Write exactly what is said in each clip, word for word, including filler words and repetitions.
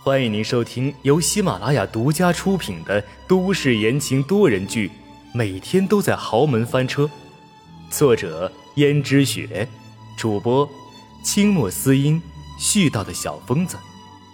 欢迎您收听由喜马拉雅独家出品的都市言情多人剧《每天都在豪门翻车》，作者胭脂雪，主播清墨思音，絮叨的小疯子。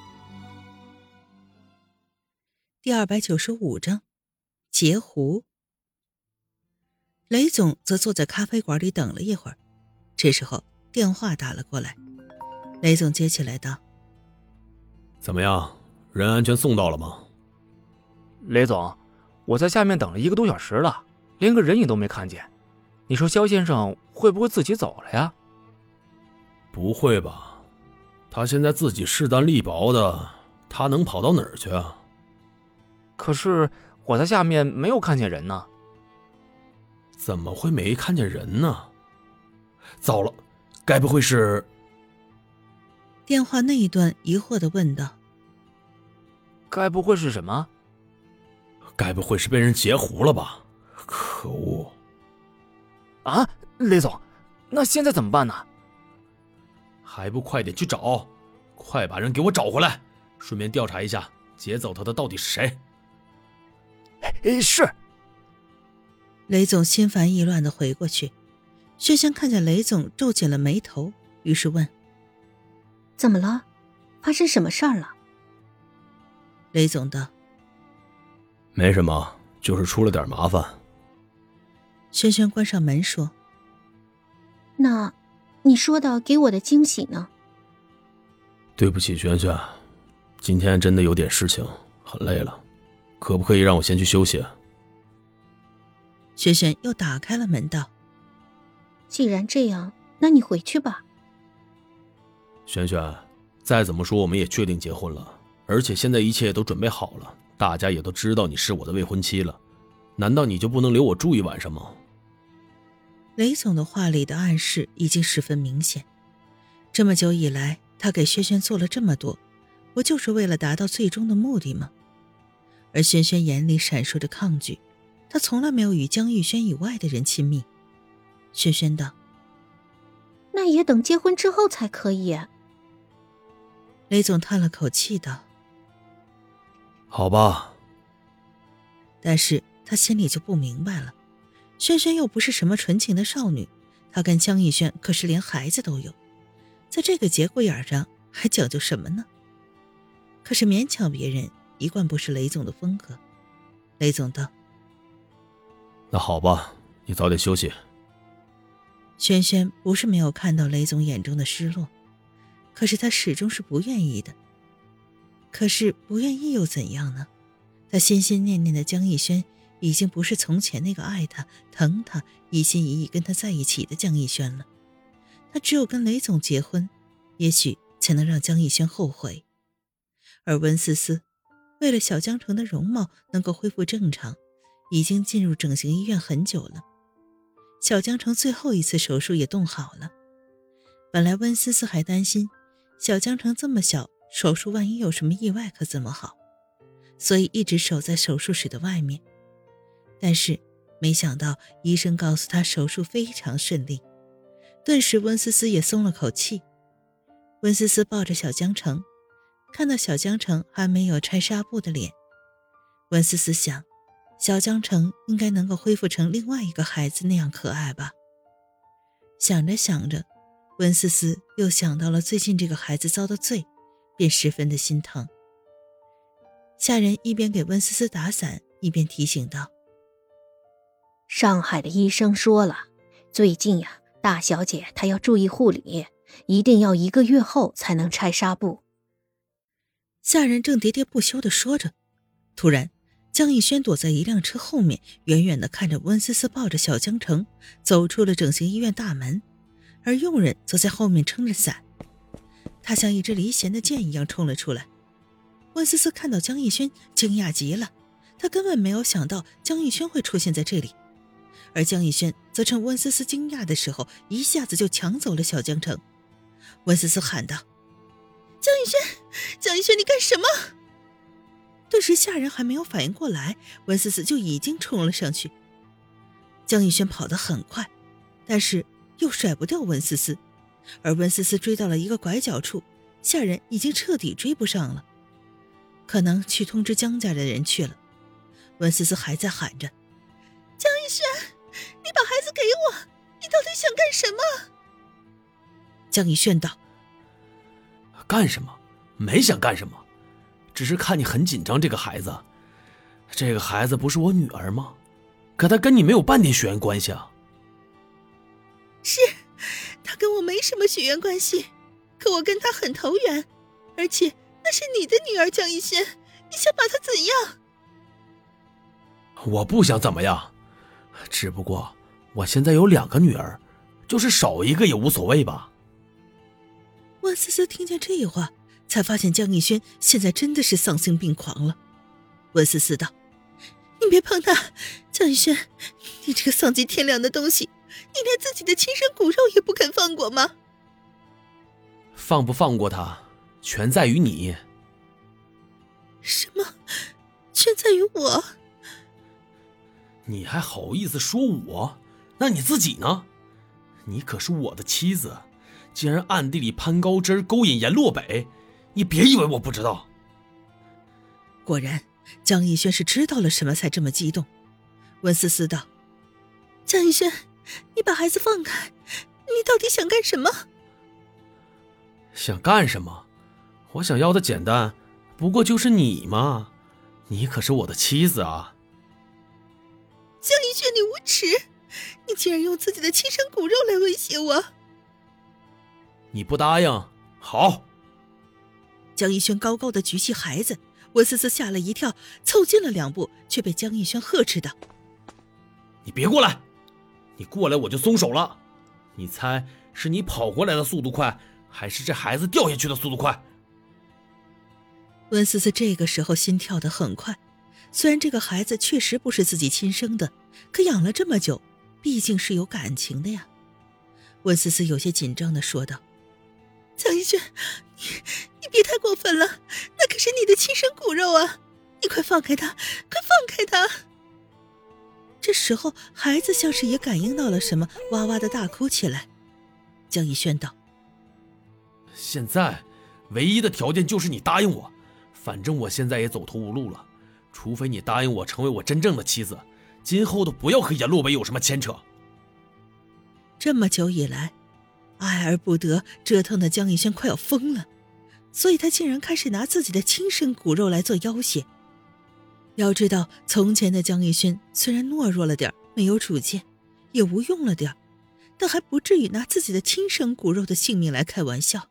第二百九十五章截胡。雷总则坐在咖啡馆里等了一会儿，这时候电话打了过来，雷总接起来道： 怎么样，人安全送到了吗？ 雷总，我在下面等了一个多小时了，连个人影都没看见。你说肖先生会不会自己走了呀？ 不会吧，他现在自己势单力薄的，他能跑到哪儿去啊？ 可是我在下面没有看见人呢。 怎么会没看见人呢？糟了，该不会是…… 电话那一段疑惑地问道： 该不会是什么？ 该不会是被人截胡了吧？可恶！ 啊，雷总，那现在怎么办呢？ 还不快点去找，快把人给我找回来，顺便调查一下劫走他的到底是谁。 诶，是。 雷总心烦意乱地回过去，薛轩看见雷总皱紧了眉头，于是问： 怎么了？发生什么事儿了？ 雷总道： 没什么，就是出了点麻烦。 轩轩关上门说： 那你说的给我的惊喜呢？ 对不起轩轩，今天真的有点事情，很累了，可不可以让我先去休息？ 轩轩又打开了门道： 既然这样，那你回去吧。 轩轩，再怎么说我们也确定结婚了，而且现在一切都准备好了，大家也都知道你是我的未婚妻了，难道你就不能留我住一晚上吗？ 雷总的话里的暗示已经十分明显，这么久以来他给轩轩做了这么多，不就是为了达到最终的目的吗？而轩轩眼里闪烁着抗拒，他从来没有与江玉轩以外的人亲密。轩轩道： 那也等结婚之后才可以。 雷总叹了口气道： 好吧。 但是他心里就不明白了，轩轩又不是什么纯情的少女，她跟江逸轩可是连孩子都有，在这个节骨眼上还讲究什么呢？可是勉强别人一贯不是雷总的风格。雷总道： 那好吧，你早点休息。 轩轩不是没有看到雷总眼中的失落，可是他始终是不愿意的。可是不愿意又怎样呢？他心心念念的江逸轩已经不是从前那个爱他、疼他、一心一意跟他在一起的江逸轩了。他只有跟雷总结婚，也许才能让江逸轩后悔。而温思思为了小江城的容貌能够恢复正常，已经进入整形医院很久了。小江城最后一次手术也动好了，本来温思思还担心小江城这么小，手术万一有什么意外可怎么好，所以一直守在手术室的外面。但是没想到医生告诉他手术非常顺利，顿时温思思也松了口气。温思思抱着小江城，看到小江城还没有拆纱布的脸，温思思想，小江城应该能够恢复成另外一个孩子那样可爱吧。想着想着，温思思又想到了最近这个孩子遭的罪，便十分的心疼。下人一边给温思思打伞，一边提醒道： 上海的医生说了，最近呀、啊，大小姐她要注意护理，一定要一个月后才能拆纱布。 下人正喋喋不休地说着，突然江逸轩躲在一辆车后面，远远地看着温思思抱着小江城走出了整形医院大门，而佣人则在后面撑着伞。他像一支离弦的箭一样冲了出来。温思思看到江逸轩惊讶极了，他根本没有想到江逸轩会出现在这里，而江逸轩则趁温思思惊讶的时候，一下子就抢走了小江城。温思思喊道：江逸轩，江逸轩，你干什么？顿时下人还没有反应过来，温思思就已经冲了上去。江逸轩跑得很快，但是又甩不掉温思思，而温思思追到了一个拐角处，下人已经彻底追不上了。 可能去通知江家的人去了。温思思还在喊着：“江逸轩，你把孩子给我，你到底想干什么？”江逸轩道：“ 干什么？没想干什么，只是看你很紧张这个孩子。这个孩子不是我女儿吗？可她跟你没有半点血缘关系啊。”“ 是，她跟我没什么血缘关系，可我跟她很投缘，而且那是你的女儿江逸轩，你想把她怎样？”“ 我不想怎么样，只不过我现在有两个女儿，就是少一个也无所谓吧。” 温思思听见这话，才发现江逸轩现在真的是丧心病狂了。温思思道：“你别碰他，江逸轩，你这个丧尽天良的东西，你连自己的亲生骨肉也不肯放过吗？”“ 放不放过他，全在于你。”“ 什么？全在于我？”“ 你还好意思说我？那你自己呢？你可是我的妻子，竟然暗地里攀高枝勾引阎洛北，你别以为我不知道。” 果然，江逸轩是知道了什么才这么激动。温思思道：“江逸轩，你把孩子放开，你到底想干什么？”“ 想干什么？我想要的简单，不过就是你嘛，你可是我的妻子啊。”“ 江逸轩，你无耻！你竟然用自己的亲生骨肉来威胁我！”“ 你不答应，好。” 江逸轩高高的举起孩子，温思思吓了一跳，凑近了两步，却被江逸轩呵斥道：“ 你别过来！你过来我就松手了。你猜是你跑过来的速度快，还是这孩子掉下去的速度快？” 温思思这个时候心跳得很快，虽然这个孩子确实不是自己亲生的，可养了这么久，毕竟是有感情的呀。温思思有些紧张地说道：“江逸轩，你你别太过分了，那可是你的亲生骨肉啊！你快放开他，快放开他！”这时候，孩子像是也感应到了什么，哇哇的大哭起来。江逸轩道：“ 现在唯一的条件就是你答应我，反正我现在也走投无路了，除非你答应我成为我真正的妻子，今后都不要和阎洛北有什么牵扯。” 这么久以来，爱而不得，折腾的江逸轩快要疯了，所以他竟然开始拿自己的亲生骨肉来做要挟。要知道，从前的江逸轩虽然懦弱了点，没有主见，也无用了点，但还不至于拿自己的亲生骨肉的性命来开玩笑。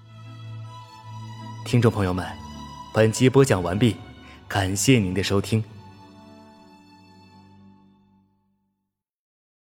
听众朋友们，本集播讲完毕，感谢您的收听。